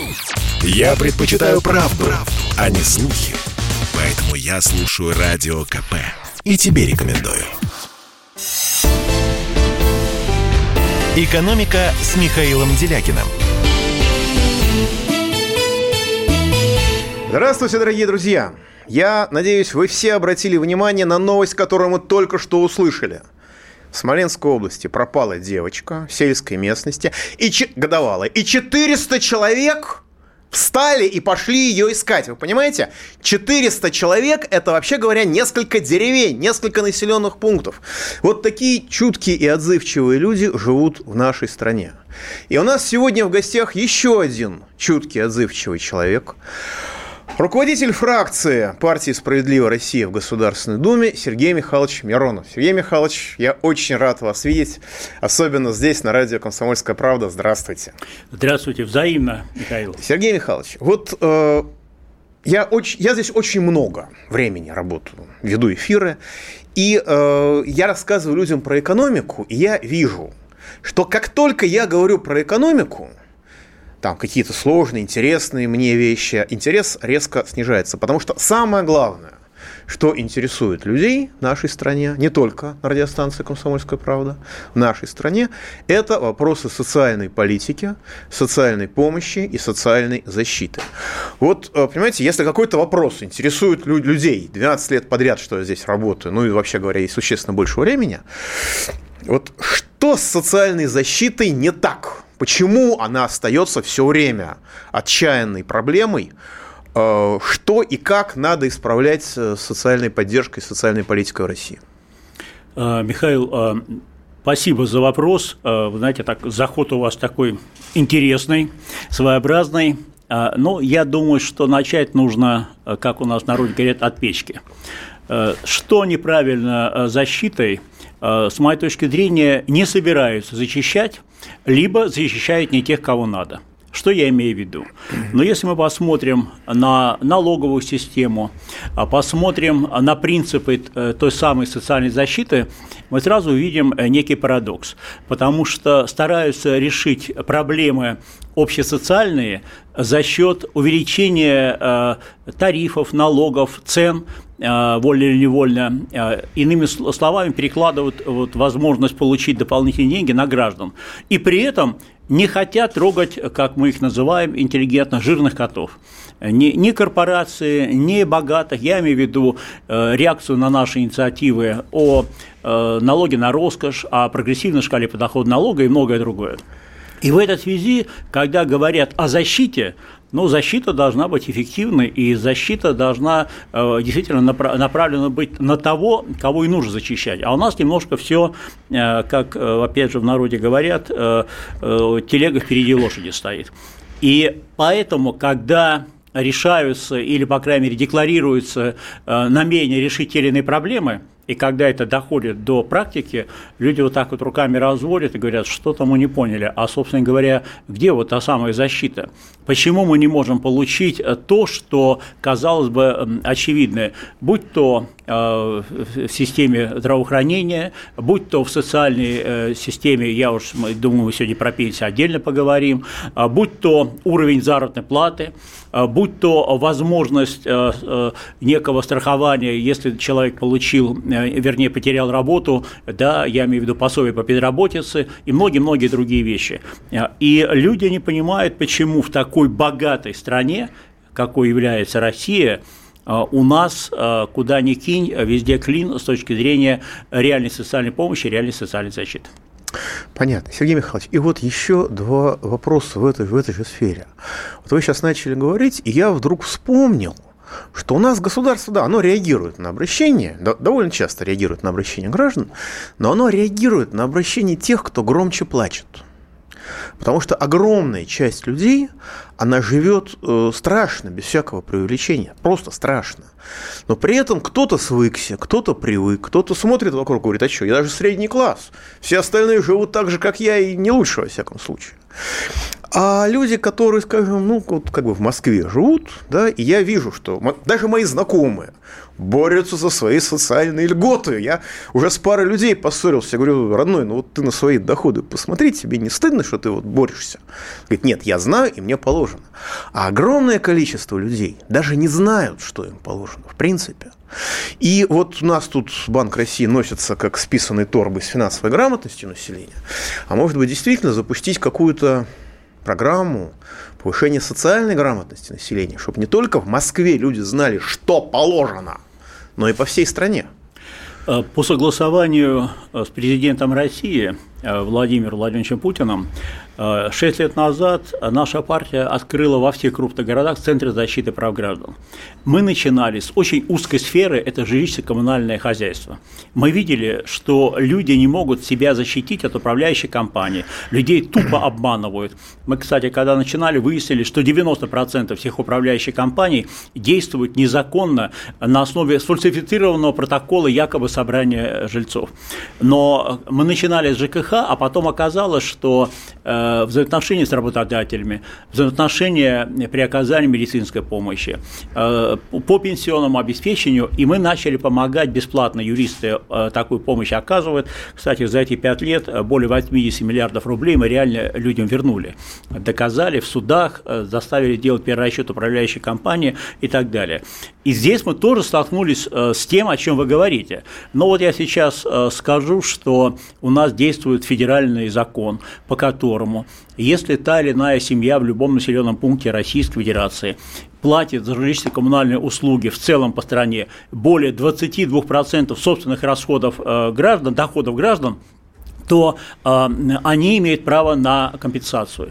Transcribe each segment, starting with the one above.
Я предпочитаю правду, а не слухи. Поэтому я слушаю Радио КП. И тебе рекомендую. «Экономика» с Михаилом Делякиным. Здравствуйте, дорогие друзья! Я надеюсь, вы все обратили внимание на новость, которую мы только что услышали. В Смоленской области пропала девочка в сельской местности, годовалая, и 400 человек встали и пошли ее искать. Вы понимаете? 400 человек – это, вообще говоря, несколько деревень, несколько населенных пунктов. Вот такие чуткие и отзывчивые люди живут в нашей стране. И у нас сегодня в гостях еще один чуткий, отзывчивый человек – руководитель фракции партии «Справедливая Россия» в Государственной Думе Сергей Михайлович Миронов. Сергей Михайлович, я очень рад вас видеть, особенно здесь, на радио «Комсомольская правда». Здравствуйте. Здравствуйте, взаимно, Михаил. Сергей Михайлович, вот я здесь очень много времени работаю, веду эфиры, и я рассказываю людям про экономику, и я вижу, что как только я говорю про экономику, там какие-то сложные, интересные мне вещи, интерес резко снижается. Потому что самое главное, что интересует людей в нашей стране, не только на радиостанции «Комсомольская правда», в нашей стране, это вопросы социальной политики, социальной помощи и социальной защиты. Вот, понимаете, если какой-то вопрос интересует людей 12 лет подряд, что я здесь работаю, ну и вообще говоря, есть существенно больше времени, вот что с социальной защитой не так? Почему она остается все время отчаянной проблемой? Что и как надо исправлять с социальной поддержкой, социальной политикой в России? Михаил, спасибо за вопрос. Вы знаете, заход у вас такой интересный, своеобразный. Но я думаю, что начать нужно, как у нас в народе говорят, от печки. Что неправильно с защитой, с моей точки зрения, не собираются зачищать, либо защищают не тех, кого надо. Что я имею в виду? Но если мы посмотрим на налоговую систему, посмотрим на принципы той самой социальной защиты, мы сразу увидим некий парадокс, потому что стараются решить проблемы общесоциальные за счет увеличения тарифов, налогов, цен, вольно или невольно, иными словами, перекладывают возможность получить дополнительные деньги на граждан. И при этом не хотят трогать, как мы их называем, интеллигентно, жирных котов. Ни корпорации, ни богатых, я имею в виду реакцию на наши инициативы о налоге на роскошь, о прогрессивной шкале подоходного налога и многое другое. И в этой связи, когда говорят о защите, защита должна быть эффективной, и защита должна действительно направлена быть на того, кого и нужно защищать. А у нас немножко все, как, опять же, в народе говорят, телега впереди лошади стоит. И поэтому, когда решаются или, по крайней мере, декларируются намерения решить те или иные проблемы, и когда это доходит до практики, люди вот так вот руками разводят и говорят, что-то мы не поняли. А, собственно говоря, где вот та самая защита? Почему мы не можем получить то, что, казалось бы, очевидное, будь то в системе здравоохранения, будь то в социальной системе, я уж думаю, мы сегодня про пенсию отдельно поговорим, будь то уровень заработной платы, будь то возможность некого страхования, если человек потерял работу, да, я имею в виду пособие по безработице и многие-многие другие вещи. И люди не понимают, почему в такой богатой стране, какой является Россия, у нас, куда ни кинь, везде клин с точки зрения реальной социальной помощи, реальной социальной защиты. Понятно. Сергей Михайлович, и вот еще два вопроса в этой же сфере. Вот вы сейчас начали говорить, и я вдруг вспомнил, что у нас государство, да, оно реагирует на обращения, довольно часто реагирует на обращения граждан, но оно реагирует на обращения тех, кто громче плачет. Потому что огромная часть людей, она живет страшно, без всякого преувеличения, просто страшно. Но при этом кто-то свыкся, кто-то привык, кто-то смотрит вокруг и говорит, а что, я даже средний класс, все остальные живут так же, как я, и не лучше, во всяком случае. А люди, которые, скажем, вот как бы в Москве живут, да, и я вижу, что даже мои знакомые борются за свои социальные льготы. Я уже с парой людей поссорился. Я говорю: родной, вот ты на свои доходы посмотри, тебе не стыдно, что ты вот борешься? Говорит: нет, я знаю, и мне положено. А огромное количество людей даже не знают, что им положено, в принципе. И вот у нас тут Банк России носится как с писаной торбой с финансовой грамотностью населения. А может быть, действительно запустить какую-то программу повышения социальной грамотности населения, чтобы не только в Москве люди знали, что положено, но и по всей стране. По согласованию с президентом России Владимиром Владимировичем Путиным 6 лет назад наша партия открыла во всех крупных городах Центры защиты прав граждан. Мы начинали с очень узкой сферы – это жилищно-коммунальное хозяйство. Мы видели, что люди не могут себя защитить от управляющей компании, людей тупо обманывают. Мы, кстати, когда начинали, выяснили, что 90% всех управляющих компаний действуют незаконно на основе сфальсифицированного протокола якобы собрания жильцов. Но мы начинали с ЖКХ, а потом оказалось, что взаимоотношения с работодателями, взаимоотношения при оказании медицинской помощи, по пенсионному обеспечению, и мы начали помогать бесплатно, юристы такую помощь оказывают. Кстати, за эти 5 лет более 80 миллиардов рублей мы реально людям вернули, доказали в судах, заставили делать перерасчет управляющей компании и так далее. И здесь мы тоже столкнулись с тем, о чем вы говорите. Но вот я сейчас скажу, что у нас действует федеральный закон, по которому, если та или иная семья в любом населенном пункте Российской Федерации платит за жилищно-коммунальные услуги в целом по стране более 22% собственных расходов граждан, доходов граждан, то они имеют право на компенсацию.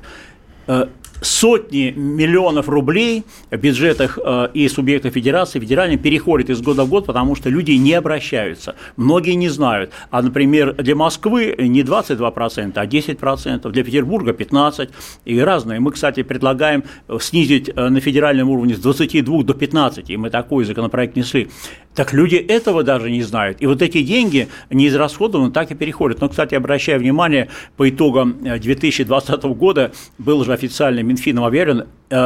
Сотни миллионов рублей в бюджетах и субъектов федерации федеральным переходят из года в год, потому что люди не обращаются. Многие не знают. А, например, для Москвы не 22%, а 10%, для Петербурга 15% и разные. Мы, кстати, предлагаем снизить на федеральном уровне с 22 до 15, и мы такой законопроект несли. Так люди этого даже не знают. И вот эти деньги не израсходованы, так и переходят. Но, кстати, обращаю внимание, по итогам 2020 года был же официально Минфином объявлен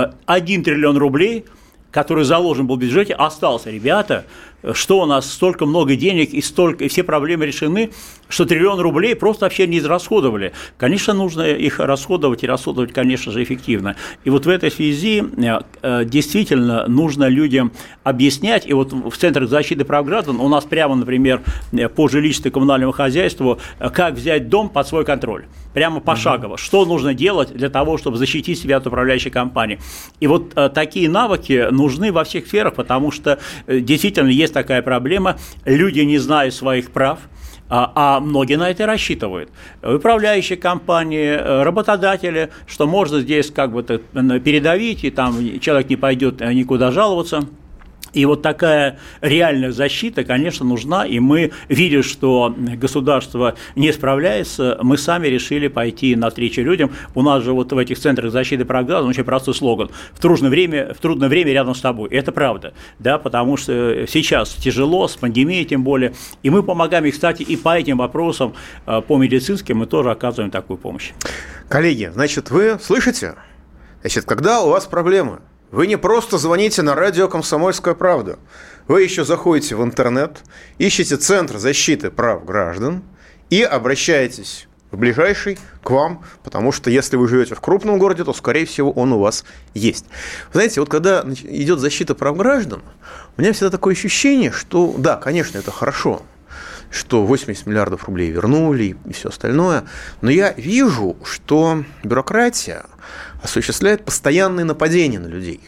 1 триллион рублей, который заложен был в бюджете, остался. Ребята, что у нас столько много денег и все проблемы решены, что 1 триллион рублей просто вообще не израсходовали. Конечно, нужно их расходовать, и расходовать, конечно же, эффективно. И вот в этой связи действительно нужно людям объяснять, и вот в Центрах защиты прав граждан у нас прямо, например, по жилищно-коммунальному хозяйству, как взять дом под свой контроль, прямо пошагово, что нужно делать для того, чтобы защитить себя от управляющей компании. И вот такие навыки нужны во всех сферах, потому что действительно есть такая проблема, люди не знают своих прав, а многие на это рассчитывают. Управляющие компании, работодатели, что можно здесь как бы передавить, и там человек не пойдет никуда жаловаться. И вот такая реальная защита, конечно, нужна, и мы, видя, что государство не справляется, мы сами решили пойти навстречу людям. У нас же вот в этих центрах защиты прав граждан очень простой слоган: в трудное время рядом с тобой. И это правда, да, потому что сейчас тяжело, с пандемией тем более, и мы помогаем, и, кстати, и по этим вопросам, по медицинским, мы тоже оказываем такую помощь. Коллеги, значит, вы слышите? Значит, когда у вас проблемы, вы не просто звоните на радио «Комсомольская правда». Вы еще заходите в интернет, ищете Центр защиты прав граждан и обращаетесь в ближайший к вам, потому что если вы живете в крупном городе, то, скорее всего, он у вас есть. Вы знаете, вот когда идет защита прав граждан, у меня всегда такое ощущение, что, да, конечно, это хорошо, что 80 миллиардов рублей вернули и все остальное, но я вижу, что бюрократия осуществляет постоянные нападения на людей.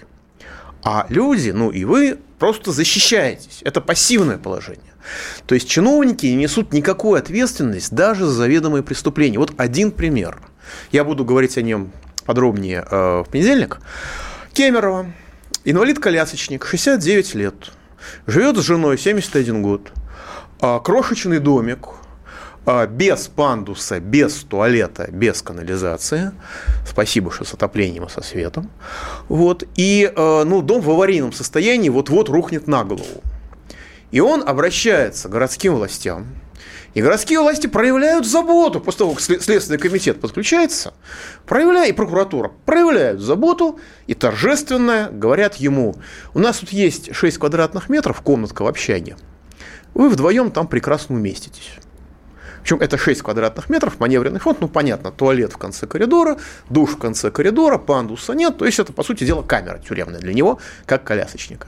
А люди, и вы просто защищаетесь. Это пассивное положение. То есть чиновники не несут никакую ответственность даже за заведомые преступления. Вот один пример. Я буду говорить о нем подробнее в понедельник. Кемерово. Инвалид-колясочник, 69 лет. Живет с женой, 71 год. Крошечный домик. Без пандуса, без туалета, без канализации. Спасибо, что с отоплением и со светом. Вот. И дом в аварийном состоянии вот-вот рухнет на голову. И он обращается к городским властям И городские власти проявляют заботу, после того, как Следственный комитет подключается, и прокуратура проявляют заботу и торжественно говорят ему: у нас тут есть 6 квадратных метров, комнатка в общаге, вы вдвоем там прекрасно уместитесь. Причем это 6 квадратных метров, маневренный фонд, понятно, туалет в конце коридора, душ в конце коридора, пандуса нет, то есть это, по сути дела, камера тюремная для него, как колясочника.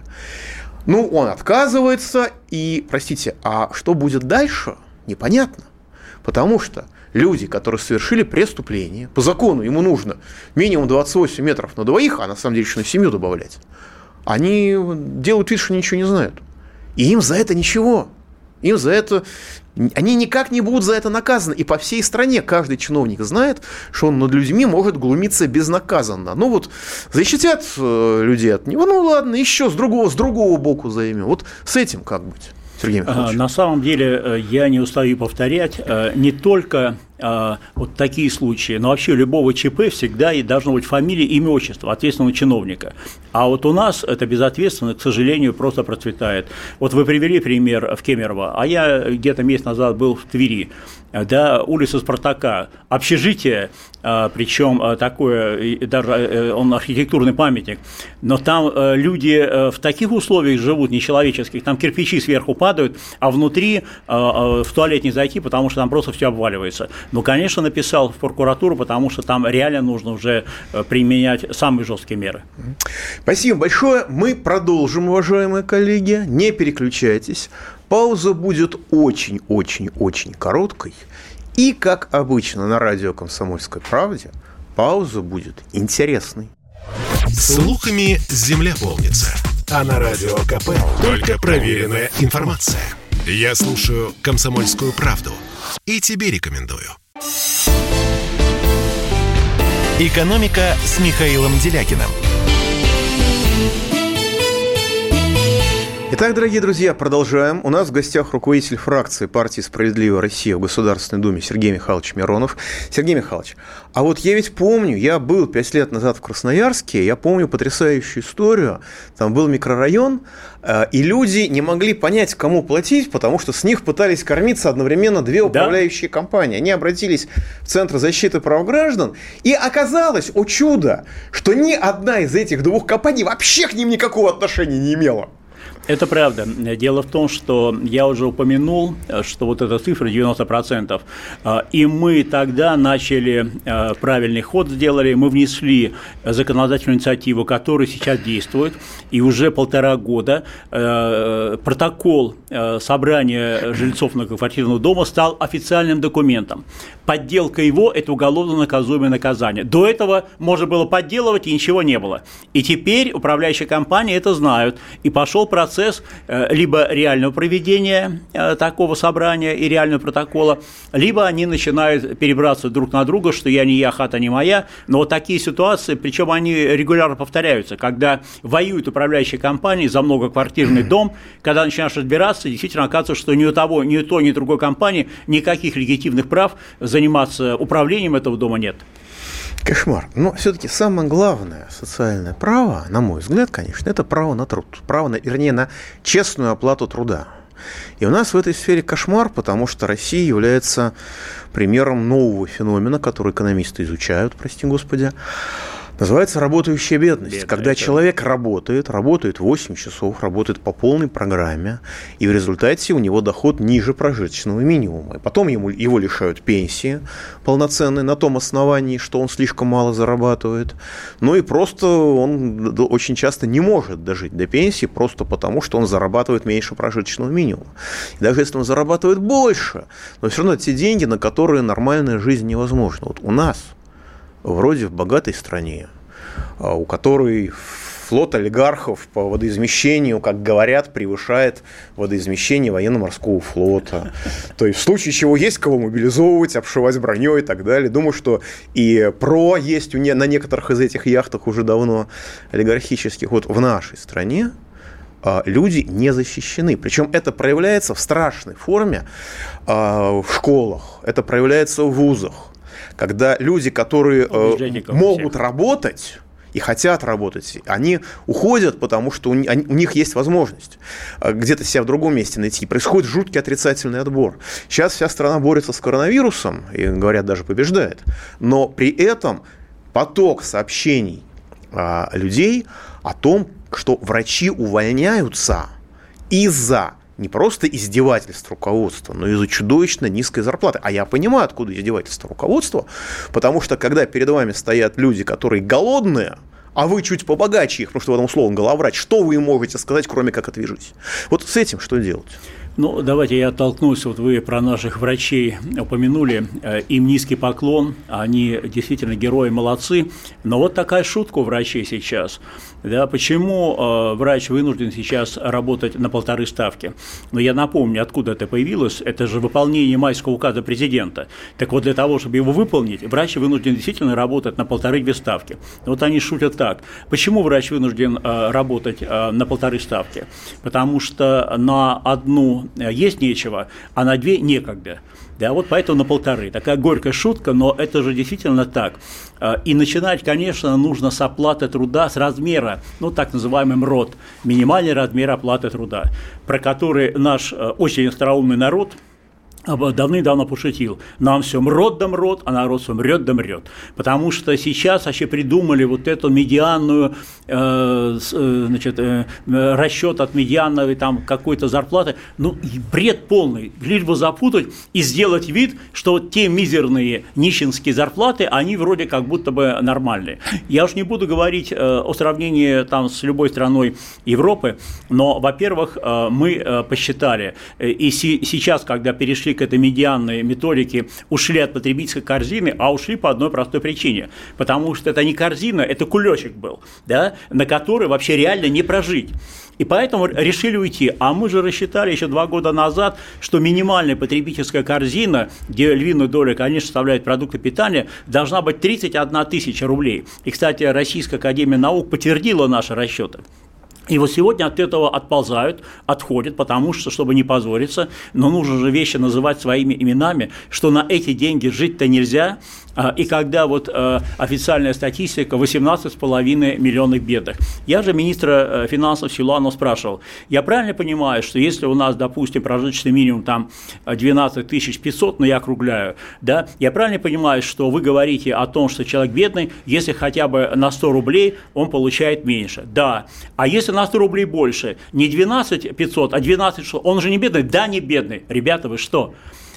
Он отказывается, и, простите, а что будет дальше, непонятно. Потому что люди, которые совершили преступление, по закону ему нужно минимум 28 метров на двоих, а на самом деле еще на семью добавлять, они делают вид, что ничего не знают. И им за это ничего. Им за это... Они никак не будут за это наказаны. И по всей стране каждый чиновник знает, что он над людьми может глумиться безнаказанно. Защитят людей от него, ладно, еще с другого боку займем. Вот с этим как быть? Сергей Михайлович. На самом деле, я не устаю повторять, не только вот такие случаи, но вообще любого ЧП всегда и должно быть фамилия, имя, отчество ответственного чиновника. А вот у нас это безответственно, к сожалению, просто процветает. Вот вы привели пример в Кемерово, а я где-то месяц назад был в Твери. Да, улица Спартака, общежитие, причем такое, даже он архитектурный памятник, но там люди в таких условиях живут, нечеловеческих, там кирпичи сверху падают, а внутри в туалет не зайти, потому что там просто все обваливается. Конечно, написал в прокуратуру, потому что там реально нужно уже применять самые жесткие меры. Спасибо большое. Мы продолжим, уважаемые коллеги. Не переключайтесь. Пауза будет очень-очень-очень короткой. И, как обычно на радио «Комсомольской правде», пауза будет интересной. Слухами земля полнится. А на радио КП только проверенная информация. Я слушаю «Комсомольскую правду» и тебе рекомендую. «Экономика» с Михаилом Делякиным. Итак, дорогие друзья, продолжаем. У нас в гостях руководитель фракции партии «Справедливая Россия» в Государственной Думе Сергей Михайлович Миронов. Сергей Михайлович, а вот я ведь помню, я был 5 лет назад в Красноярске, я помню потрясающую историю. Там был микрорайон, и люди не могли понять, кому платить, потому что с них пытались кормиться одновременно 2 управляющие компании. Они обратились в Центр защиты прав граждан, и оказалось, о чудо, что ни одна из этих 2 компаний вообще к ним никакого отношения не имела. Это правда. Дело в том, что я уже упомянул, что вот эта цифра 90%, и мы тогда начали правильный ход сделали, мы внесли законодательную инициативу, которая сейчас действует, и уже 1,5 года протокол собрания жильцов многоквартирного дома стал официальным документом. Подделка его – это уголовно наказуемое наказание. До этого можно было подделывать, и ничего не было. И теперь управляющие компании это знают, и пошел процесс либо реального проведения такого собрания и реального протокола, либо они начинают перебраться друг на друга, что я не я, хата не моя. Но вот такие ситуации, причем они регулярно повторяются, когда воюют управляющие компании за многоквартирный дом, когда начинаешь разбираться, действительно оказывается, что ни у того, ни у той, ни у другой компании никаких легитимных прав заниматься управлением этого дома нет. Кошмар. Но все-таки самое главное социальное право, на мой взгляд, конечно, это право на труд. Право на честную оплату труда. И у нас в этой сфере кошмар, потому что Россия является примером нового феномена, который экономисты изучают, прости господи. Называется работающая бедность. Когда человек работает 8 часов, работает по полной программе, и в результате у него доход ниже прожиточного минимума. И потом его лишают пенсии полноценной на том основании, что он слишком мало зарабатывает. И просто он очень часто не может дожить до пенсии, просто потому, что он зарабатывает меньше прожиточного минимума. И даже если он зарабатывает больше, но все равно это те деньги, на которые нормальная жизнь невозможна. Вот у нас вроде в богатой стране, у которой флот олигархов по водоизмещению, как говорят, превышает водоизмещение военно-морского флота. То есть в случае чего есть кого мобилизовывать, обшивать броней и так далее. Думаю, что и ПРО есть на некоторых из этих яхтах уже давно олигархических. Вот в нашей стране люди не защищены. Причем это проявляется в страшной форме в школах, это проявляется в вузах. Когда люди, которые могут работать и хотят работать, они уходят, потому что у них есть возможность где-то себя в другом месте найти. Происходит жуткий отрицательный отбор. Сейчас вся страна борется с коронавирусом, и, говорят, даже побеждает, но при этом поток сообщений людей о том, что врачи увольняются из-за не просто издевательств руководства, но из-за чудовищно низкой зарплаты. А я понимаю, откуда издевательство руководства, потому что когда перед вами стоят люди, которые голодные, а вы чуть побогаче их, потому что в этом условно главврач, что вы им можете сказать, кроме как «отвяжись»? Вот с этим что делать? Ну, давайте я оттолкнусь, вот вы про наших врачей упомянули, им низкий поклон, они действительно герои, молодцы, но вот такая шутка у врачей сейчас, да, почему врач вынужден сейчас работать на 1,5 ставки? Но я напомню, откуда это появилось, это же выполнение майского указа президента, так вот для того, чтобы его выполнить, врач вынужден действительно работать на 1,5-2 ставки. Вот они шутят так, почему врач вынужден работать на 1,5 ставки? Потому что на одну есть нечего, а на 2 некогда. Да, вот поэтому на 1,5. Такая горькая шутка, но это же действительно так. И начинать, конечно, нужно с оплаты труда, с размера, ну, так называемый МРОТ, минимальный размер оплаты труда, про который наш очень остроумный народ давным-давно пошутил. Нам все мрот да мрот, а народ все мрет да мрет. Потому что сейчас вообще придумали вот эту медианную, расчет от медианной там какой-то зарплаты. Ну, бред полный. Лишь бы запутать и сделать вид, что вот те мизерные нищенские зарплаты, они вроде как будто бы нормальные. Я уж не буду говорить о сравнении там с любой страной Европы, но, во-первых, мы посчитали, и сейчас, когда перешли к этой медианной методике, ушли от потребительской корзины, а ушли по одной простой причине. Потому что это не корзина, это кулечек был, да, на который вообще реально не прожить. И поэтому решили уйти. А мы же рассчитали еще 2 года назад, что минимальная потребительская корзина, где львиную долю, конечно, составляют продукты питания, должна быть 31 тысяча рублей. И, кстати, Российская академия наук подтвердила наши расчеты. И вот сегодня от этого отползают, отходят, потому что, чтобы не позориться, но нужно же вещи называть своими именами, что на эти деньги жить-то нельзя. И когда вот официальная статистика 18,5 миллионов бедных. Я же министра финансов Силуанова спрашивал, я правильно понимаю, что если у нас, допустим, прожиточный минимум там 12 500, но я округляю, да, я правильно понимаю, что вы говорите о том, что человек бедный, если хотя бы на 100 рублей он получает меньше? Да. А если на 100 рублей больше, не 12 500, а 12 600, он же не бедный? Да, не бедный. Ребята, вы что?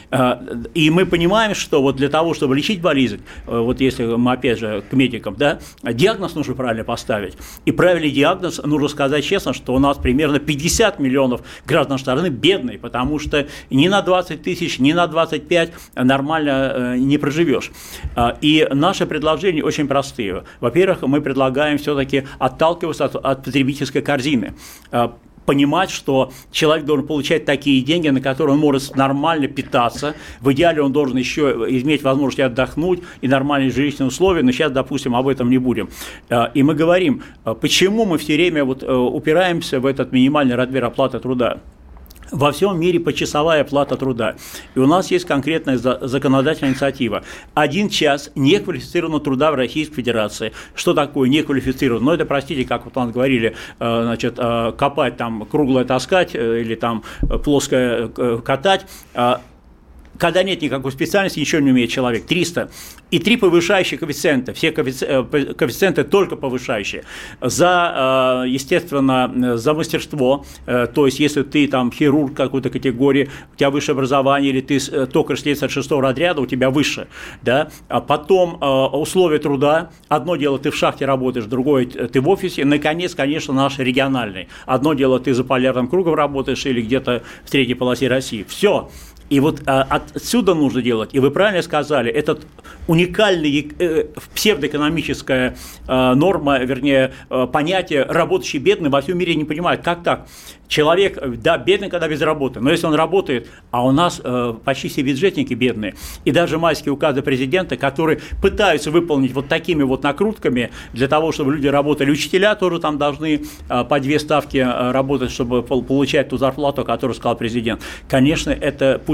И мы понимаем, что вот для того, чтобы лечить болезнь, вот если мы опять же к медикам, да, диагноз нужно правильно поставить. И правильный диагноз, нужно сказать честно, что у нас примерно 50 миллионов граждан страны бедные, потому что ни на 20 тысяч, ни на 25 нормально не проживешь. И наши предложения очень простые. Во-первых, мы предлагаем все-таки отталкиваться от потребительской корзины. Понимать, что человек должен получать такие деньги, на которые он может нормально питаться. В идеале он должен еще иметь возможность отдохнуть и нормальные жилищные условия, но сейчас, допустим, об этом не будем. И мы говорим, почему мы все время вот упираемся в этот минимальный размер оплаты труда. Во всем мире почасовая плата труда. И у нас есть конкретная законодательная инициатива. 1 час неквалифицированного труда в Российской Федерации. Что такое неквалифицированный? Ну, это, простите, как вот у нас говорили, значит, копать, там, круглое таскать или там плоское катать. Когда нет никакой специальности, ничего не умеет человек. 300. И 3 повышающие коэффициента. Все коэффициенты только повышающие. За, естественно, за мастерство. То есть, если ты там хирург какой-то категории, у тебя высшее образование, или ты токарь 36-го разряда, у тебя выше. Да? А потом условия труда. Одно дело, ты в шахте работаешь, другое ты в офисе. Наконец, конечно, наш региональный. Одно дело, ты за полярным кругом работаешь или где-то в средней полосе России. Все. И вот отсюда нужно делать, и вы правильно сказали, этот уникальный псевдоэкономическая норма, вернее, понятие «работающий бедный» во всем мире не понимают. Как так? Человек, да, бедный, когда без работы, но если он работает, а у нас почти все бюджетники бедные, и даже майские указы президента, которые пытаются выполнить вот такими вот накрутками для того, чтобы люди работали, учителя тоже там должны по 2 ставки работать, чтобы получать ту зарплату, которую сказал президент. Конечно, это путь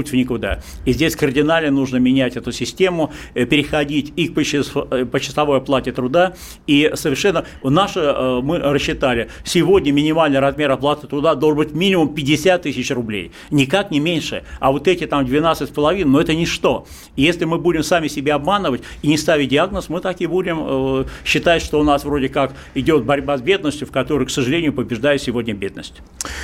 путь в никуда. И здесь кардинально нужно менять эту систему, переходить и к почасовой оплате труда, и совершенно мы рассчитали, сегодня минимальный размер оплаты труда должен быть минимум 50 тысяч рублей, никак не меньше, а вот эти там 12,5, это ничто. И если мы будем сами себя обманывать и не ставить диагноз, мы так и будем считать, что у нас вроде как идет борьба с бедностью, в которой, к сожалению, побеждает сегодня бедность.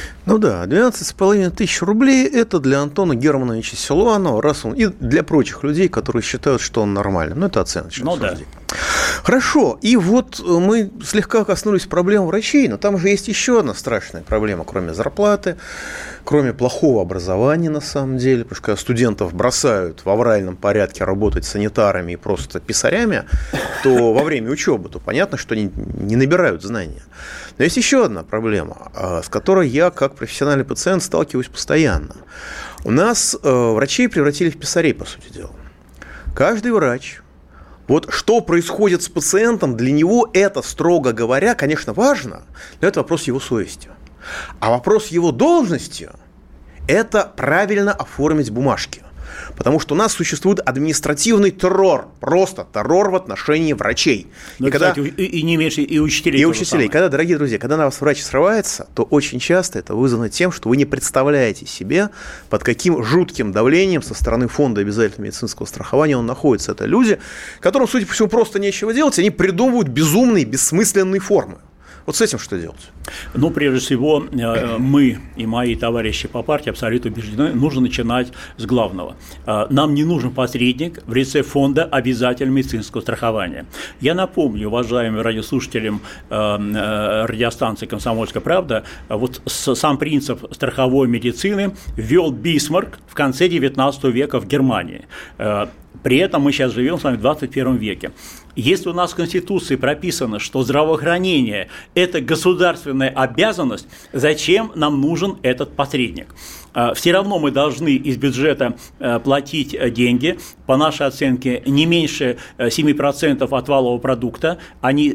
12,5 тысяч рублей – это для Антона Германовича Силуанова, и для прочих людей, которые считают, что он нормальный. Это оценочное суждение. Да. Хорошо, и вот мы слегка коснулись проблем врачей, но там же есть еще одна страшная проблема, кроме зарплаты, кроме плохого образования на самом деле, потому что когда студентов бросают в авральном порядке работать санитарами и просто писарями, то во время учебы, то понятно, что они не набирают знания. Но есть еще одна проблема, с которой я, как профессиональный пациент, сталкиваюсь постоянно. У нас врачей превратили в писарей, по сути дела. Каждый врач... Вот что происходит с пациентом, для него это, строго говоря, конечно, важно, но это вопрос его совести. А вопрос его должности – это правильно оформить бумажки. Потому что у нас существует административный террор, просто террор в отношении врачей. Но, и, кстати, и не меньше, и учителей. И учителей. Когда, дорогие друзья, когда на вас врач срывается, то очень часто это вызвано тем, что вы не представляете себе, под каким жутким давлением со стороны фонда обязательного медицинского страхования он находится. Это люди, которым, судя по всему, просто нечего делать, они придумывают безумные, бессмысленные формы. Вот с этим что делать? Прежде всего, мы и мои товарищи по партии абсолютно убеждены, нужно начинать с главного. Нам не нужен посредник в лице фонда обязательного медицинского страхования. Я напомню, уважаемым радиослушателям радиостанции «Комсомольская правда», вот сам принцип страховой медицины ввел Бисмарк в конце XIX века в Германии. При этом мы сейчас живем с вами в 21 веке. Если у нас в Конституции прописано, что здравоохранение – это государственная обязанность, зачем нам нужен этот посредник? Все равно мы должны из бюджета платить деньги, по нашей оценке, не меньше 7% от валового продукта, а не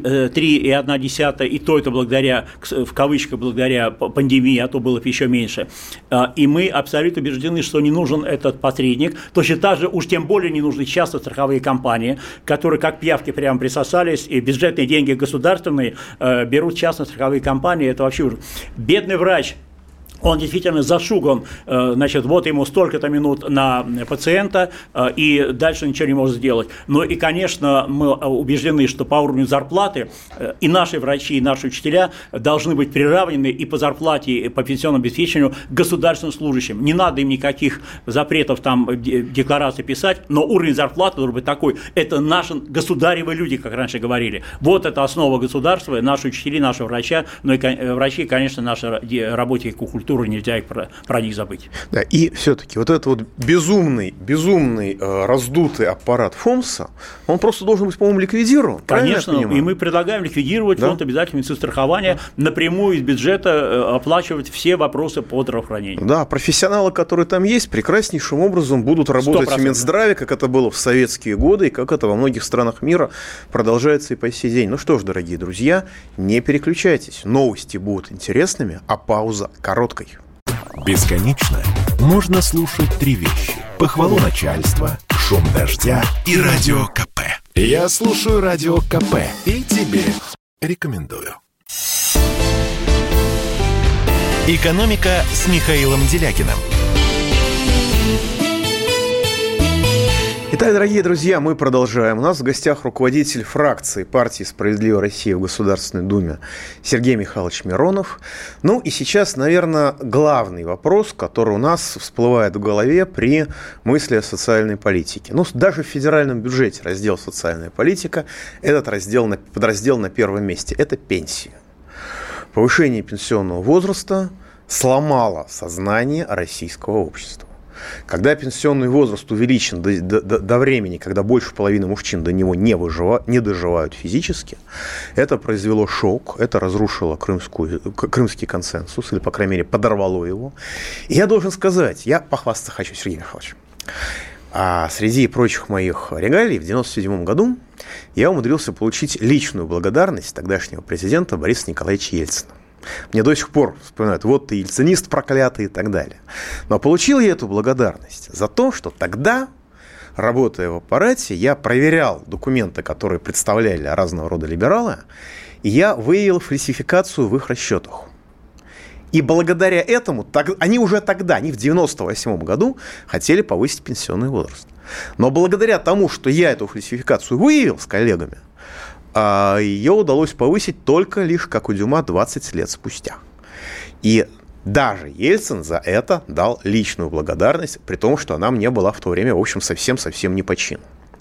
3,1%, и то это благодаря, в кавычках, благодаря пандемии, а то было бы еще меньше. И мы абсолютно убеждены, что не нужен этот посредник, точно так же уж тем более не нужны часто страховые компании, которые как пиявки прямо присосались, и бюджетные деньги государственные берут частные страховые компании, это вообще уже бедный врач. Он действительно зашуган, вот ему столько-то минут на пациента, и дальше ничего не может сделать. Но и, конечно, мы убеждены, что по уровню зарплаты и наши врачи, и наши учителя должны быть приравнены и по зарплате, и по пенсионному обеспечению государственным служащим. Не надо им никаких запретов, деклараций писать, но уровень зарплаты должен быть такой. Это наши государевы люди, как раньше говорили. Вот это основа государства, наши учителя, наши врачи, но и врачи, конечно, наши работники культуры. Нельзя про них забыть. Да, и все-таки вот этот вот безумный раздутый аппарат ФОМСа, он просто должен быть, по-моему, ликвидирован. Конечно, и мы предлагаем ликвидировать фонд обязательного медицинского страхования, напрямую из бюджета оплачивать все вопросы по здравоохранению. Да, профессионалы, которые там есть, прекраснейшим образом будут работать 100%. В Минздраве, как это было в советские годы, и как это во многих странах мира продолжается и по сей день. Ну что ж, дорогие друзья, не переключайтесь. Новости будут интересными, а пауза короткой. Бесконечно можно слушать три вещи: похвалу начальства, шум дождя и радио КП. Я слушаю радио КП и тебе рекомендую. «Экономика» с Михаилом Делякиным. Итак, дорогие друзья, мы продолжаем. У нас в гостях руководитель фракции партии «Справедливая Россия» в Государственной Думе Сергей Михайлович Миронов. Ну и сейчас, наверное, главный вопрос, который у нас всплывает в голове при мысли о социальной политике. Даже в федеральном бюджете раздел «Социальная политика», этот подраздел на первом месте – это пенсии. Повышение пенсионного возраста сломало сознание российского общества. Когда пенсионный возраст увеличен до времени, когда больше половины мужчин до него не доживают физически, это произвело шок, это разрушило крымский консенсус, или, по крайней мере, подорвало его. И я должен сказать, я похвастаться хочу, Сергей Михайлович. А среди прочих моих регалий в 1997 году я умудрился получить личную благодарность тогдашнего президента Бориса Николаевича Ельцина. Мне до сих пор вспоминают, вот ты ельцинист проклятый и так далее. Но получил я эту благодарность за то, что тогда, работая в аппарате, я проверял документы, которые представляли разного рода либералы, и я выявил фальсификацию в их расчетах. И благодаря этому, они уже тогда, они в 1998 году хотели повысить пенсионный возраст. Но благодаря тому, что я эту фальсификацию выявил с коллегами, ее удалось повысить только лишь, как у Дюма, 20 лет спустя. И даже Ельцин за это дал личную благодарность, при том, что она мне была в то время, в общем, совсем не по чину.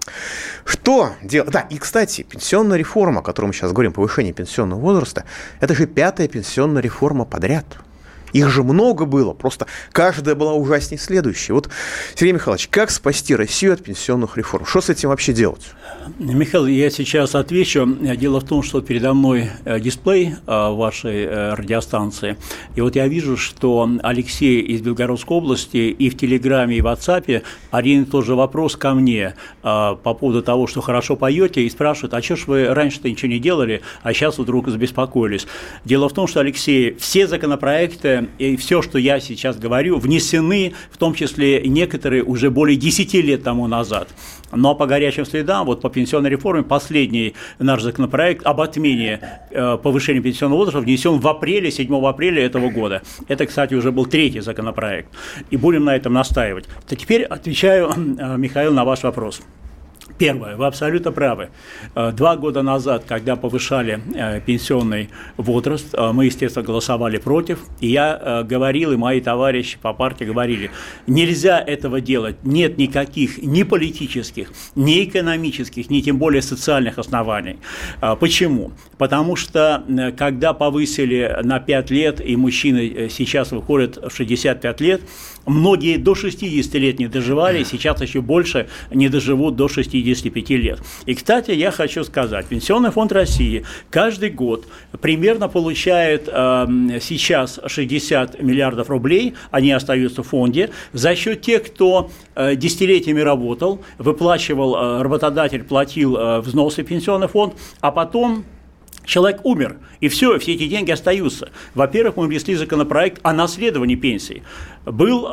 Что делать? Да, и, кстати, пенсионная реформа, о которой мы сейчас говорим, повышение пенсионного возраста, это же 5-я пенсионная реформа подряд. Их же много было, просто каждая была ужаснее следующей. Вот, Сергей Михайлович, как спасти Россию от пенсионных реформ? Что с этим вообще делать? Михаил, я сейчас отвечу. Дело в том, что передо мной дисплей вашей радиостанции, и вот я вижу, что Алексей из Белгородской области и в Телеграме, и в WhatsApp один и тот же вопрос ко мне по поводу того, что хорошо поете, и спрашивают, а что ж вы раньше-то ничего не делали, а сейчас вдруг забеспокоились. Дело в том, что, Алексей, все законопроекты и все, что я сейчас говорю, внесены, в том числе и некоторые уже более 10 лет тому назад. Но по горячим следам, вот по пенсионной реформе, последний наш законопроект об отмене повышения пенсионного возраста внесен в апреле, 7 апреля этого года. Это, кстати, уже был 3-й законопроект. И будем на этом настаивать. А теперь отвечаю, Михаил, на ваш вопрос. Первое, вы абсолютно правы. 2 года назад, когда повышали пенсионный возраст, мы, естественно, голосовали против. И я говорил, и мои товарищи по партии говорили, нельзя этого делать. Нет никаких ни политических, ни экономических, ни тем более социальных оснований. Почему? Потому что, когда повысили на 5 лет, и мужчины сейчас выходят в 65 лет, многие до 60 лет не доживали, сейчас еще больше не доживут до 65 лет. И, кстати, я хочу сказать, Пенсионный фонд России каждый год примерно получает сейчас 60 миллиардов рублей, они остаются в фонде, за счет тех, кто десятилетиями работал, выплачивал, работодатель платил взносы в пенсионный фонд, а потом человек умер, и все эти деньги остаются. Во-первых, мы внесли законопроект о наследовании пенсии. Был,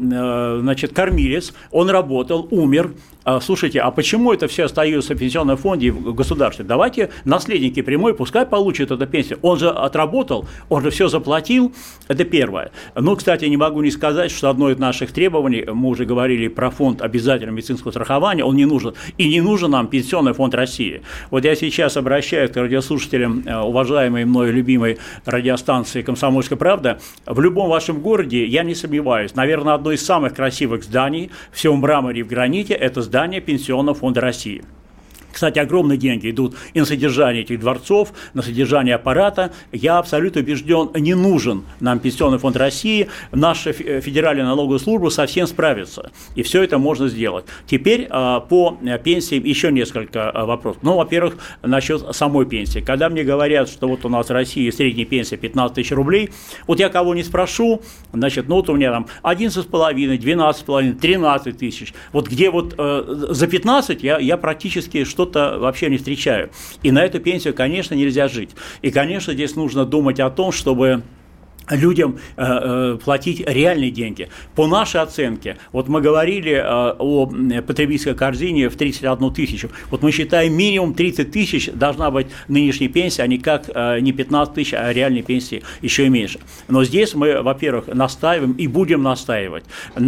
кормилец, он работал, умер. Слушайте, а почему это все остается в пенсионном фонде и в государстве? Давайте наследники прямой, пускай получат эту пенсию. Он же отработал, он же все заплатил. Это первое. Ну, кстати, не могу не сказать, что одно из наших требований, мы уже говорили про фонд обязательного медицинского страхования, он не нужен. И не нужен нам Пенсионный фонд России. Вот я сейчас обращаюсь к радиослушателям уважаемой мною любимой радиостанции «Комсомольская правда». В любом вашем городе, я не сомневаюсь, наверное, одно из самых красивых зданий в всем мраморе и в граните – это здание Пенсионного фонда России. Кстати, огромные деньги идут и на содержание этих дворцов, на содержание аппарата. Я абсолютно убежден, не нужен нам Пенсионный фонд России. Наша федеральная налоговая служба совсем справится. И все это можно сделать. Теперь по пенсиям еще несколько вопросов. Ну, во-первых, насчет самой пенсии. Когда мне говорят, что вот у нас в России средняя пенсия 15 тысяч рублей, вот я кого не спрошу, значит, ну вот у меня там 11,5, 12,5, 13 тысяч. Вот где вот за 15 я практически что-то вообще не встречаю. И на эту пенсию, конечно, нельзя жить. И, конечно, здесь нужно думать о том, чтобы людям платить реальные деньги. По нашей оценке, вот мы говорили о потребительской корзине в 31 тысячу, вот мы считаем, минимум 30 тысяч должна быть нынешняя пенсия, а никак не 15 тысяч, а реальной пенсии еще и меньше. Но здесь мы, во-первых, настаиваем и будем настаивать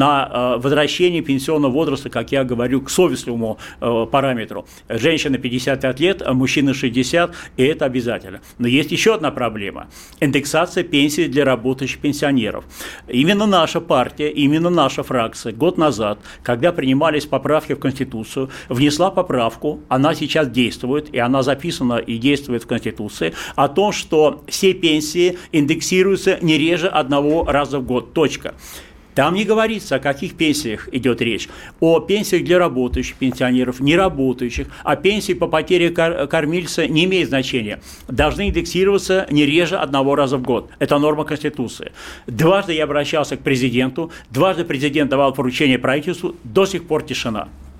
на возвращении пенсионного возраста, как я говорю, к совестливому параметру. Женщина 55 лет, мужчина 60, и это обязательно. Но есть еще одна проблема – индексация пенсии для работающих пенсионеров. Именно наша партия, именно наша фракция год назад, когда принимались поправки в Конституцию, внесла поправку, она сейчас действует, и она записана и действует в Конституции, о том, что все пенсии индексируются не реже 1 раза в год. Точка. Там не говорится, о каких пенсиях идет речь. О пенсиях для работающих пенсионеров, неработающих, а пенсии по потере кормильца не имеет значения. Должны индексироваться не реже 1 раза в год. Это норма Конституции. Дважды я обращался к президенту, дважды президент давал поручение правительству, до сих пор тишина.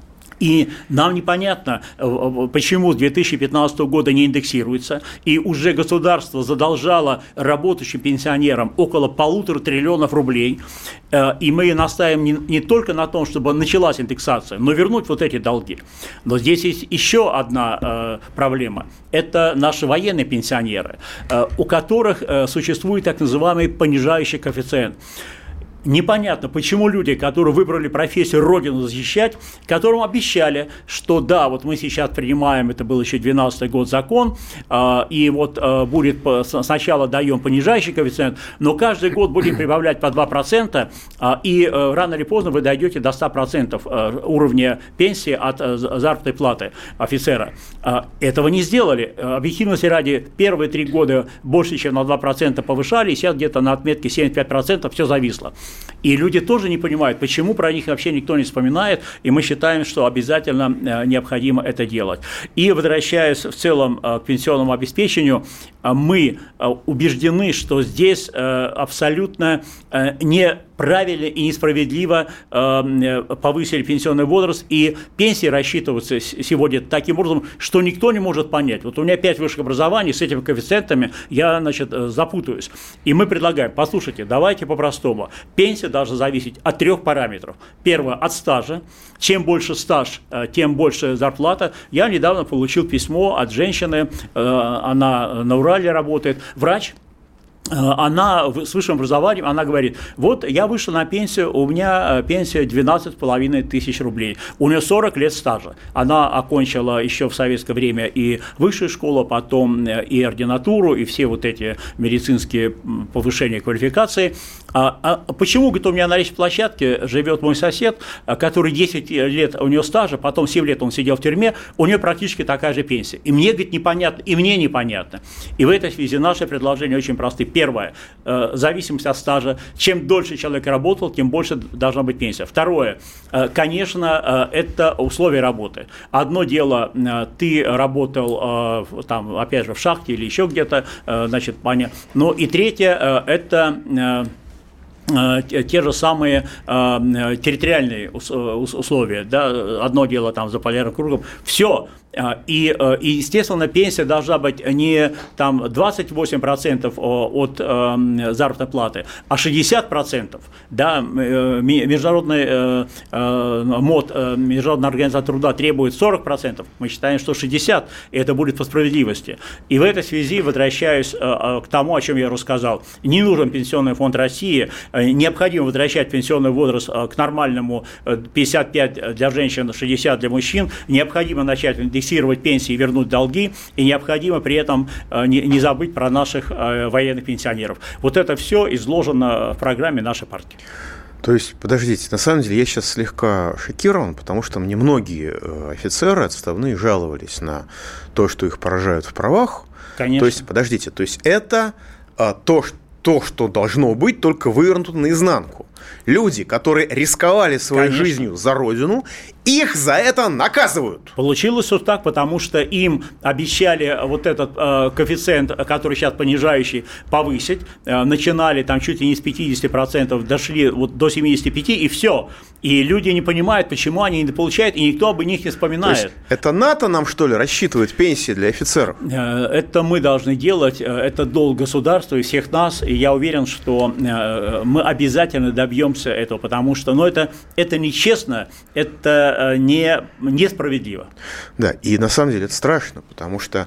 И нам непонятно, почему с 2015 года не индексируется, и уже государство задолжало работающим пенсионерам около 1,5 триллиона рублей, и мы настаиваем не только на том, чтобы началась индексация, но вернуть вот эти долги. Но здесь есть еще одна проблема. Это наши военные пенсионеры, у которых существует так называемый понижающий коэффициент. Непонятно, почему люди, которые выбрали профессию Родину защищать, которым обещали, что да, вот мы сейчас принимаем, это был еще 2012 год закон, и вот будет сначала даем понижающий коэффициент, но каждый год будем прибавлять по 2%, и рано или поздно вы дойдете до 100% уровня пенсии от заработной платы офицера. Этого не сделали. Объективности ради, первые 3 года больше, чем на 2% повышали, и сейчас где-то на отметке 75% все зависло. И люди тоже не понимают, почему про них вообще никто не вспоминает, и мы считаем, что обязательно необходимо это делать. И возвращаясь в целом к пенсионному обеспечению, мы убеждены, что здесь абсолютно неправильно и несправедливо повысили пенсионный возраст, и пенсии рассчитываются сегодня таким образом, что никто не может понять. Вот у меня 5 высших образований, с этими коэффициентами я, запутаюсь. И мы предлагаем, послушайте, давайте по-простому. Пенсия должна зависеть от 3 параметров. Первое – от стажа. Чем больше стаж, тем больше зарплата. Я недавно получил письмо от женщины, она на Урале работает, врач. Она с высшим образованием, она говорит, вот я вышла на пенсию, у меня пенсия 12,5 тысяч рублей, у нее 40 лет стажа, она окончила еще в советское время и высшую школу, потом и ординатуру, и все вот эти медицинские повышения квалификации. Почему, говорит, у меня на лестнице живет мой сосед, который 10 лет у него стажа, потом 7 лет он сидел в тюрьме, у него практически такая же пенсия. И мне, говорит, непонятно, и мне непонятно. И в этой связи наши предложения очень просты. Первое, зависимость от стажа. Чем дольше человек работал, тем больше должна быть пенсия. Второе, конечно, это условия работы. Одно дело, ты работал, там, опять же, в шахте или еще где-то, понятно. Но и третье, это те же самые территориальные условия, да, одно дело там за полярным кругом, все. И, естественно, пенсия должна быть не там 28% от заработной платы, а 60%. Да, международный МОД, Международная организация труда требует 40%, мы считаем, что 60%, и это будет по справедливости. И в этой связи возвращаюсь к тому, о чем я рассказал. Не нужен пенсионный фонд России, необходимо возвращать пенсионный возраст к нормальному 55 для женщин, 60 для мужчин, необходимо начать индексировать пенсии и вернуть долги, и необходимо при этом не забыть про наших военных пенсионеров. Вот это все изложено в программе нашей партии. То есть, подождите, на самом деле я сейчас слегка шокирован, потому что мне многие офицеры отставные жаловались на то, что их поражают в правах. Конечно. То есть, подождите, то есть это то, что должно быть, только вывернуто наизнанку. Люди, которые рисковали своей жизнью за Родину, их за это наказывают. Получилось вот так, потому что им обещали вот этот коэффициент, который сейчас понижающий, повысить. Начинали там чуть ли не с 50%, дошли вот до 75%, и все. И люди не понимают, почему они не получают, и никто об них не вспоминает. То есть это НАТО нам, что ли, рассчитывает пенсии для офицеров? Это мы должны делать, это долг государства и всех нас, и я уверен, что мы обязательно добьемся этого, потому что это нечестно, это несправедливо. Да, и на самом деле это страшно, потому что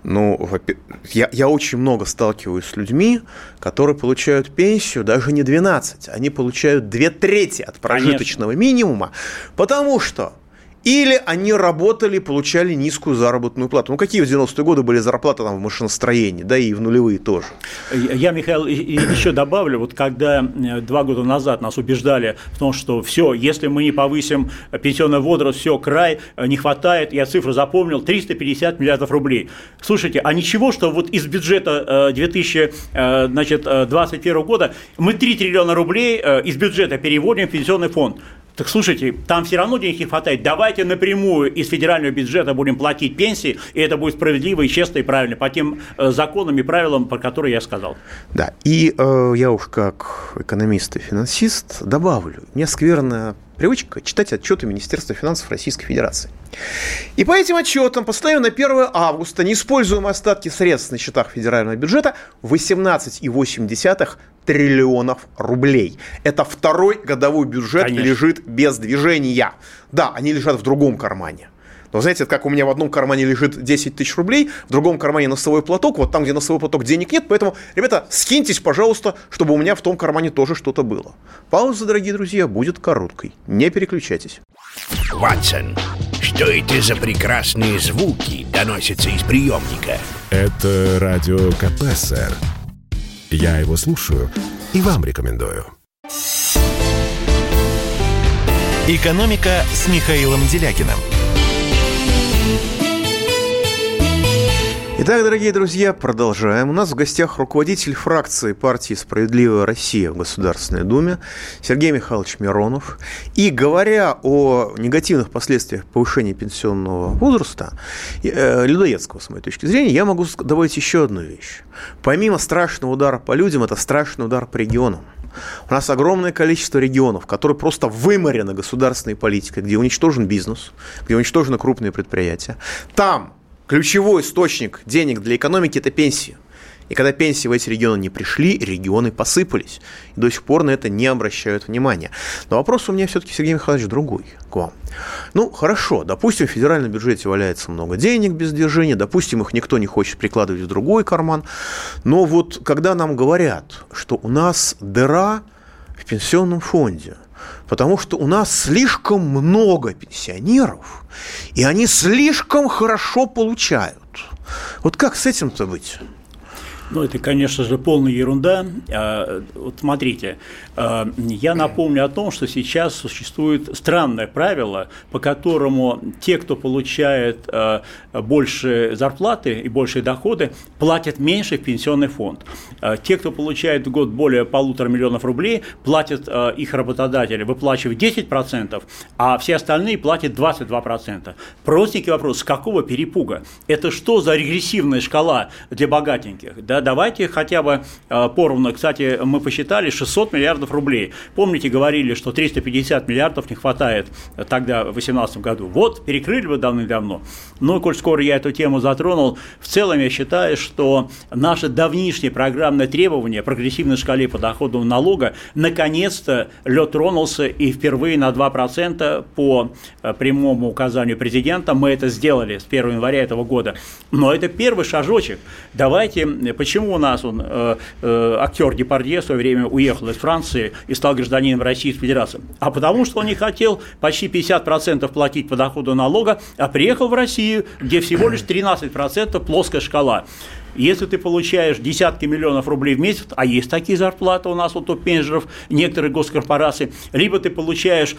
я очень много сталкиваюсь с людьми, которые получают пенсию даже не 12, они получают 2/3 от прожиточного минимума, потому что или они работали, получали низкую заработную плату. Какие в 90-е годы были зарплаты там в машиностроении, да и в нулевые тоже. Я, Михаил, еще добавлю, вот когда 2 года назад нас убеждали в том, что все, если мы не повысим пенсионный возраст, все, край, не хватает, я цифру запомнил, 350 миллиардов рублей. Слушайте, а ничего, что вот из бюджета 2021 года мы 3 триллиона рублей из бюджета переводим в пенсионный фонд. Так слушайте, там все равно денег не хватает. Давайте напрямую из федерального бюджета будем платить пенсии, и это будет справедливо и честно и правильно, по тем законам и правилам, про которые я сказал. Да, и я уж как экономист и финансист добавлю. Мне скверно привычка читать отчеты Министерства финансов Российской Федерации. И по этим отчетам по состоянию на 1 августа неиспользуемые остатки средств на счетах федерального бюджета 18,8 триллионов рублей. Это второй годовой бюджет, конечно, лежит без движения. Да, они лежат в другом кармане. Но знаете, как у меня в одном кармане лежит 10 тысяч рублей, в другом кармане носовой платок, вот там, где носовой платок, денег нет, поэтому, ребята, скиньтесь, пожалуйста, чтобы у меня в том кармане тоже что-то было. Пауза, дорогие друзья, будет короткой. Не переключайтесь. Ватсон, что это за прекрасные звуки доносятся из приемника? Это радио КП, сэр. Я его слушаю и вам рекомендую. «Экономика» с Михаилом Делякиным. Итак, дорогие друзья, продолжаем. У нас в гостях руководитель фракции партии «Справедливая Россия» в Государственной Думе Сергей Михайлович Миронов. И говоря о негативных последствиях повышения пенсионного возраста, людоедского, с моей точки зрения, я могу добавить еще одну вещь. Помимо страшного удара по людям, это страшный удар по регионам. У нас огромное количество регионов, которые просто выморены государственной политикой, где уничтожен бизнес, где уничтожены крупные предприятия. Там ключевой источник денег для экономики – это пенсии. И когда пенсии в эти регионы не пришли, регионы посыпались. И до сих пор на это не обращают внимания. Но вопрос у меня все-таки, Сергей Михайлович, другой к вам. Ну, хорошо, допустим, в федеральном бюджете валяется много денег без движения, допустим, их никто не хочет прикладывать в другой карман. Но вот когда нам говорят, что у нас дыра в пенсионном фонде, потому что у нас слишком много пенсионеров, и они слишком хорошо получают. Вот как с этим-то быть? Ну, это, конечно же, полная ерунда. Вот смотрите, я напомню о том, что сейчас существует странное правило, по которому те, кто получает больше зарплаты и большие доходы, платят меньше в пенсионный фонд. Те, кто получает в год более 1,5 миллиона рублей, платят их работодатели, выплачивают 10%, а все остальные платят 22%. Простенький вопрос, с какого перепуга? Это что за регрессивная шкала для богатеньких? Да, давайте хотя бы поровну. Кстати, мы посчитали 600 миллиардов рублей. Помните, говорили, что 350 миллиардов не хватает тогда, в 2018 году. Вот, перекрыли бы давным-давно. Ну, и коль скоро я эту тему затронул, в целом я считаю, что наше давнишнее программное требование прогрессивной шкале подоходного налога наконец-то лед тронулся, и впервые на 2% по прямому указанию президента мы это сделали с 1 января этого года. Но это первый шажочек. Давайте, почему у нас актер Депардье в свое время уехал из Франции и стал гражданином Российской Федерации? А потому что он не хотел почти 50% платить по доходу налога, а приехал в Россию, где всего лишь 13% плоская шкала. Если ты получаешь десятки миллионов рублей в месяц, а есть такие зарплаты у нас у топ-менеджеров некоторых госкорпораций, либо ты получаешь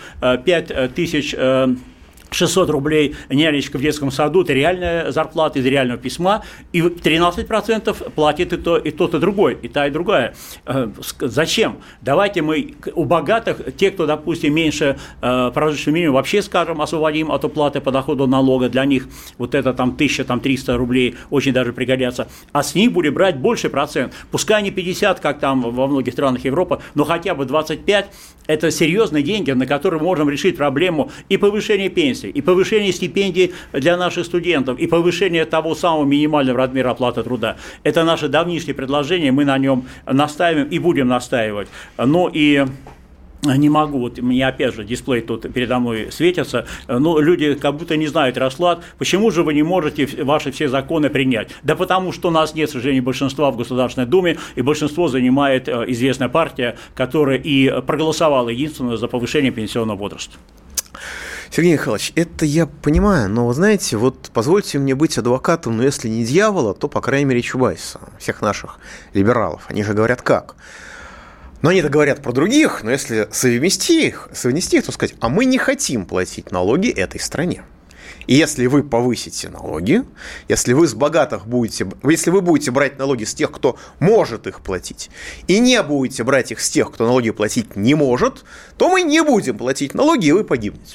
5600 рублей нянечка в детском саду, это реальная зарплата из реального письма, и 13% платит и тот, и другой, и та, и другая. Зачем? Давайте мы у богатых, те, кто, допустим, меньше прожиточного минимума, вообще, скажем, освободим от уплаты по доходу налога, для них вот это там 1300 рублей очень даже пригодятся, а с них будем брать больше процент. Пускай не 50, как там во многих странах Европы, но хотя бы 25, это серьезные деньги, на которые мы можем решить проблему и повышения пенсии, и повышение стипендий для наших студентов, и повышение того самого минимального размера оплаты труда. Это наше давнишнее предложение, мы на нем настаиваем и будем настаивать. Но и не могу, вот у меня опять же дисплей тут передо мной светится, но люди как будто не знают расклад. Почему же вы не можете ваши все законы принять? Да потому что у нас нет, к сожалению, большинства в Государственной Думе, и большинство занимает известная партия, которая и проголосовала единственно за повышение пенсионного возраста. Сергей Михайлович, это я понимаю, но, вы знаете, вот позвольте мне быть адвокатом, но если не дьявола, то, по крайней мере, Чубайса, всех наших либералов. Они же говорят как? Но они-то говорят про других, но если совместить их, то сказать, а мы не хотим платить налоги этой стране. И если вы повысите налоги, если вы с богатых если вы будете брать налоги с тех, кто может их платить, и не будете брать их с тех, кто налоги платить не может, то мы не будем платить налоги, и вы погибнете.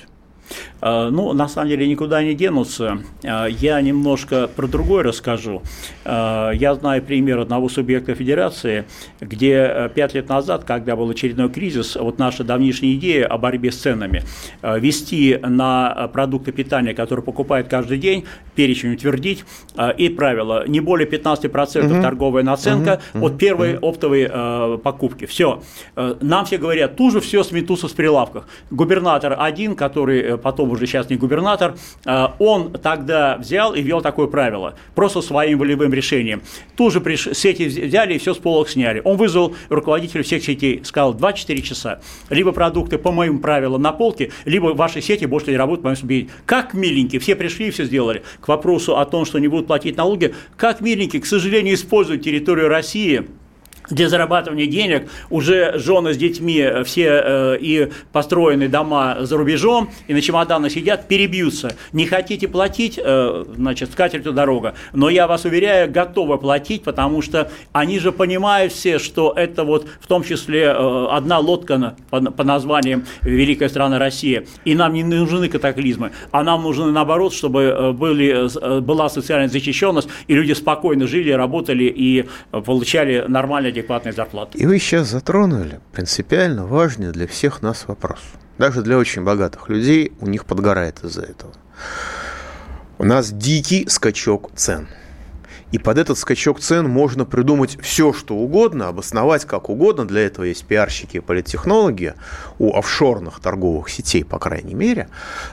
Ну, на самом деле, никуда не денутся. Я немножко про другое расскажу. Я знаю пример одного субъекта федерации, где 5 лет назад, когда был очередной кризис, вот наша давнишняя идея о борьбе с ценами, вести на продукты питания, которые покупают каждый день, перечень утвердить, и правило, не более 15% торговая наценка от первой оптовой покупки. Все. Нам все говорят, тут же все сметутся с прилавков. Губернатор один, который потом уже сейчас не губернатор, он тогда взял и ввел такое правило, просто своим волевым решением. Тут же сети взяли и все с полок сняли. Он вызвал руководителя всех сетей, сказал, 24 часа, либо продукты по моим правилам на полке, либо ваши сети больше не работают по моим субъектам. Как миленькие, все пришли и все сделали. К вопросу о том, что не будут платить налоги, как миленькие, к сожалению, используют территорию России для зарабатывания денег, уже жены с детьми все и построены дома за рубежом, и на чемоданах сидят, перебьются. Не хотите платить, значит, скатертью дорога. Но я вас уверяю, готовы платить, потому что они же понимают все, что это вот в том числе одна лодка по названием «Великая страна Россия». И нам не нужны катаклизмы, а нам нужно наоборот, чтобы была социальная защищенность, и люди спокойно жили, работали и получали нормальные адекватные зарплаты. И вы сейчас затронули принципиально важный для всех нас вопрос. Даже для очень богатых людей у них подгорает из-за этого. У нас дикий скачок цен. И под этот скачок цен можно придумать все, что угодно, обосновать как угодно. Для этого есть пиарщики и политтехнологи у офшорных торговых сетей, по крайней мере.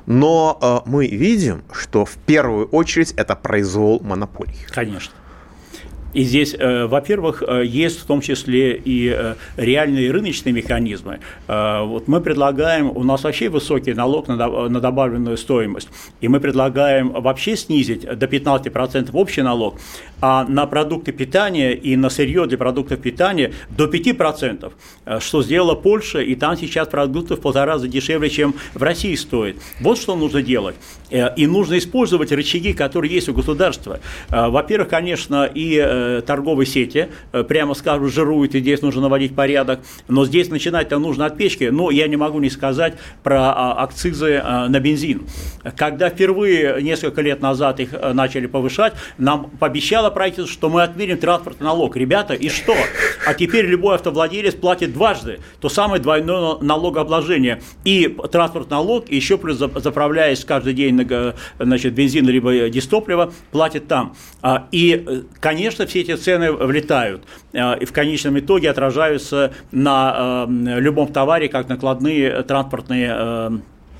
Но мы видим, что в первую очередь это произвол монополий. Конечно. И здесь, во-первых, есть в том числе и реальные рыночные механизмы. Вот мы предлагаем, у нас вообще высокий налог на добавленную стоимость, и мы предлагаем вообще снизить до 15% общий налог, а на продукты питания и на сырье для продуктов питания до 5%, что сделала Польша, и там сейчас продукты в 1,5 раза дешевле, чем в России стоит. Вот что нужно делать. И нужно использовать рычаги, которые есть у государства. Во-первых, конечно, и торговые сети, прямо скажем, жируют, и здесь нужно наводить порядок, но здесь начинать-то нужно от печки. Но я не могу не сказать про акцизы на бензин. Когда впервые несколько лет назад их начали повышать, нам пообещало правительство, что мы отменим транспортный налог. Ребята, и что? А теперь любой автовладелец платит дважды то самое двойное налогообложение. И транспортный налог, и еще плюс заправляясь каждый день, значит, бензин либо дистопливо, платит там. И, конечно, все эти цены влетают и в конечном итоге отражаются на любом товаре, как накладные транспортные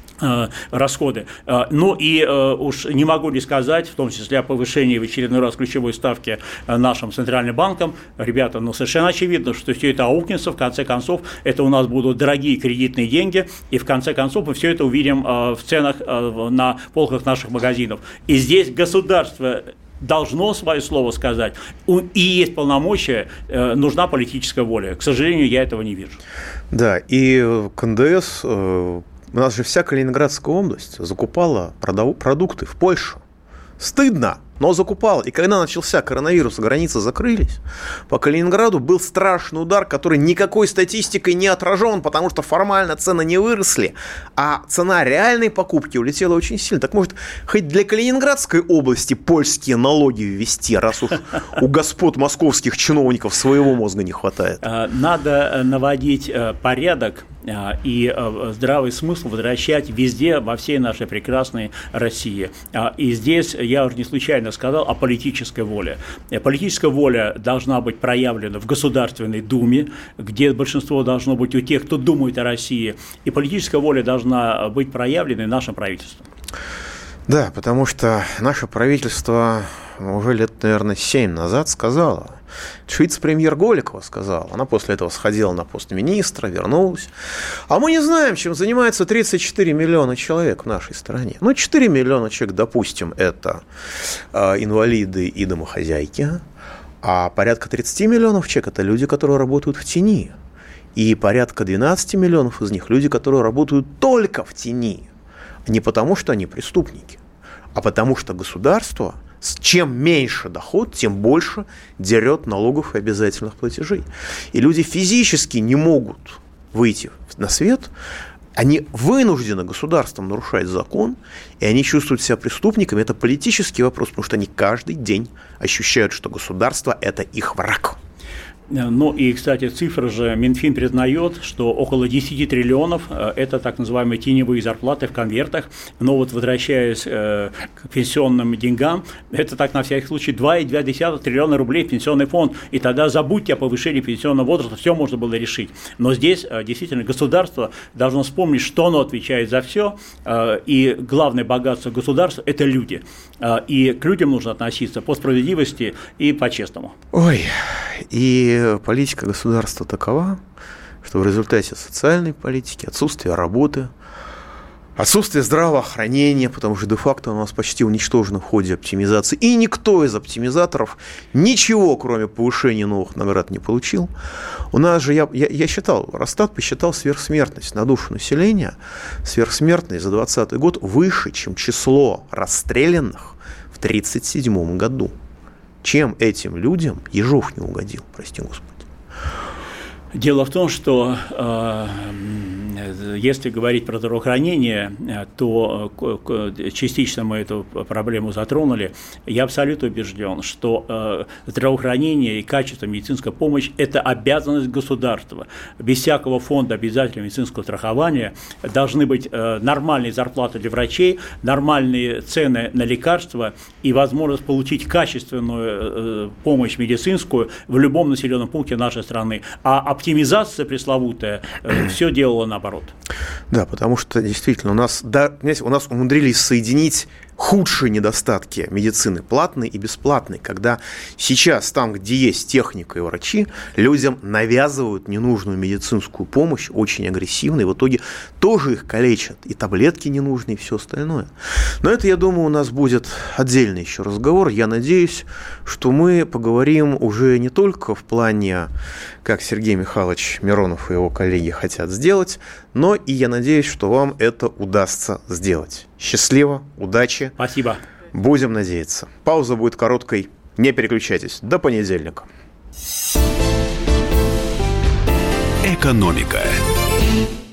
расходы. Ну и уж не могу не сказать, в том числе о повышении в очередной раз ключевой ставки нашим центральным банком. Ребята, ну совершенно очевидно, что все это аукнется, в конце концов, это у нас будут дорогие кредитные деньги, и в конце концов мы все это увидим в ценах на полках наших магазинов. И здесь государство должно свое слово сказать, и есть полномочия, нужна политическая воля. К сожалению, я этого не вижу. Да, и КНДС, у нас же вся Калининградская область закупала продукты в Польшу. Стыдно, но закупала. И когда начался коронавирус, границы закрылись, по Калининграду был страшный удар, который никакой статистикой не отражен, потому что формально цены не выросли, а цена реальной покупки улетела очень сильно. Так может, хоть для Калининградской области польские налоги ввести, раз уж у господ московских чиновников своего мозга не хватает? Надо наводить порядок и здравый смысл возвращать везде, во всей нашей прекрасной России. И здесь я уже не случайно сказал о политической воле. Политическая воля должна быть проявлена в Государственной Думе, где большинство должно быть у тех, кто думает о России, и политическая воля должна быть проявлена нашим правительством. Да, потому что наше правительство уже лет, наверное, 7 назад сказала, вице-премьер Голикова сказала, она после этого сходила на пост министра, вернулась. А мы не знаем, чем занимается 34 миллиона человек в нашей стране. Ну, 4 миллиона человек, допустим, это инвалиды и домохозяйки, а порядка 30 миллионов человек – это люди, которые работают в тени. И порядка 12 миллионов из них – люди, которые работают только в тени. Не потому, что они преступники, а потому, что государство, чем меньше доход, тем больше дерет налогов и обязательных платежей. И люди физически не могут выйти на свет, Они вынуждены государством нарушать закон, и они чувствуют себя преступниками. Это политический вопрос, потому что они каждый день ощущают, что государство – это их враг. Ну и, кстати, цифра же Минфин признает, что около 10 триллионов – это так называемые теневые зарплаты в конвертах. Но вот возвращаясь к пенсионным деньгам, это так на всякий случай 2,2 триллиона рублей в пенсионный фонд. И тогда забудьте о повышении пенсионного возраста, все можно было решить. Но здесь действительно государство должно вспомнить, что оно отвечает за все. И главное богатство государства – это люди. И к людям нужно относиться по справедливости и по-честному. Ой, и политика государства такова, что в результате социальной политики, отсутствия работы, отсутствие здравоохранения, потому что де-факто у нас почти уничтожено в ходе оптимизации, и никто из оптимизаторов ничего, кроме повышения новых наград, не получил. У нас же, я считал, Росстат посчитал сверхсмертность на душу населения, сверхсмертность за 2020 год выше, чем число расстрелянных в 1937 году. Чем этим людям Ежов не угодил, прости господи. Дело в том, что если говорить про здравоохранение, то частично мы эту проблему затронули. Я абсолютно убежден, что здравоохранение и качество медицинской помощи – это обязанность государства. Без всякого фонда обязательного медицинского страхования должны быть нормальные зарплаты для врачей, нормальные цены на лекарства и возможность получить качественную помощь медицинскую в любом населенном пункте нашей страны. А оптимизация пресловутая все делала наоборот. Да, потому что действительно у нас умудрились соединить худшие недостатки медицины, платной и бесплатной, когда сейчас там, где есть техника и врачи, людям навязывают ненужную медицинскую помощь, очень агрессивно, и в итоге тоже их калечат, и таблетки ненужные, и все остальное. Но это, я думаю, у нас будет отдельный еще разговор. Я надеюсь, что мы поговорим уже не только в плане, как Сергей Михайлович Миронов и его коллеги хотят сделать, но и я надеюсь, что вам это удастся сделать. Счастливо, удачи. Спасибо. Будем надеяться. Пауза будет короткой. Не переключайтесь. До понедельника. Экономика.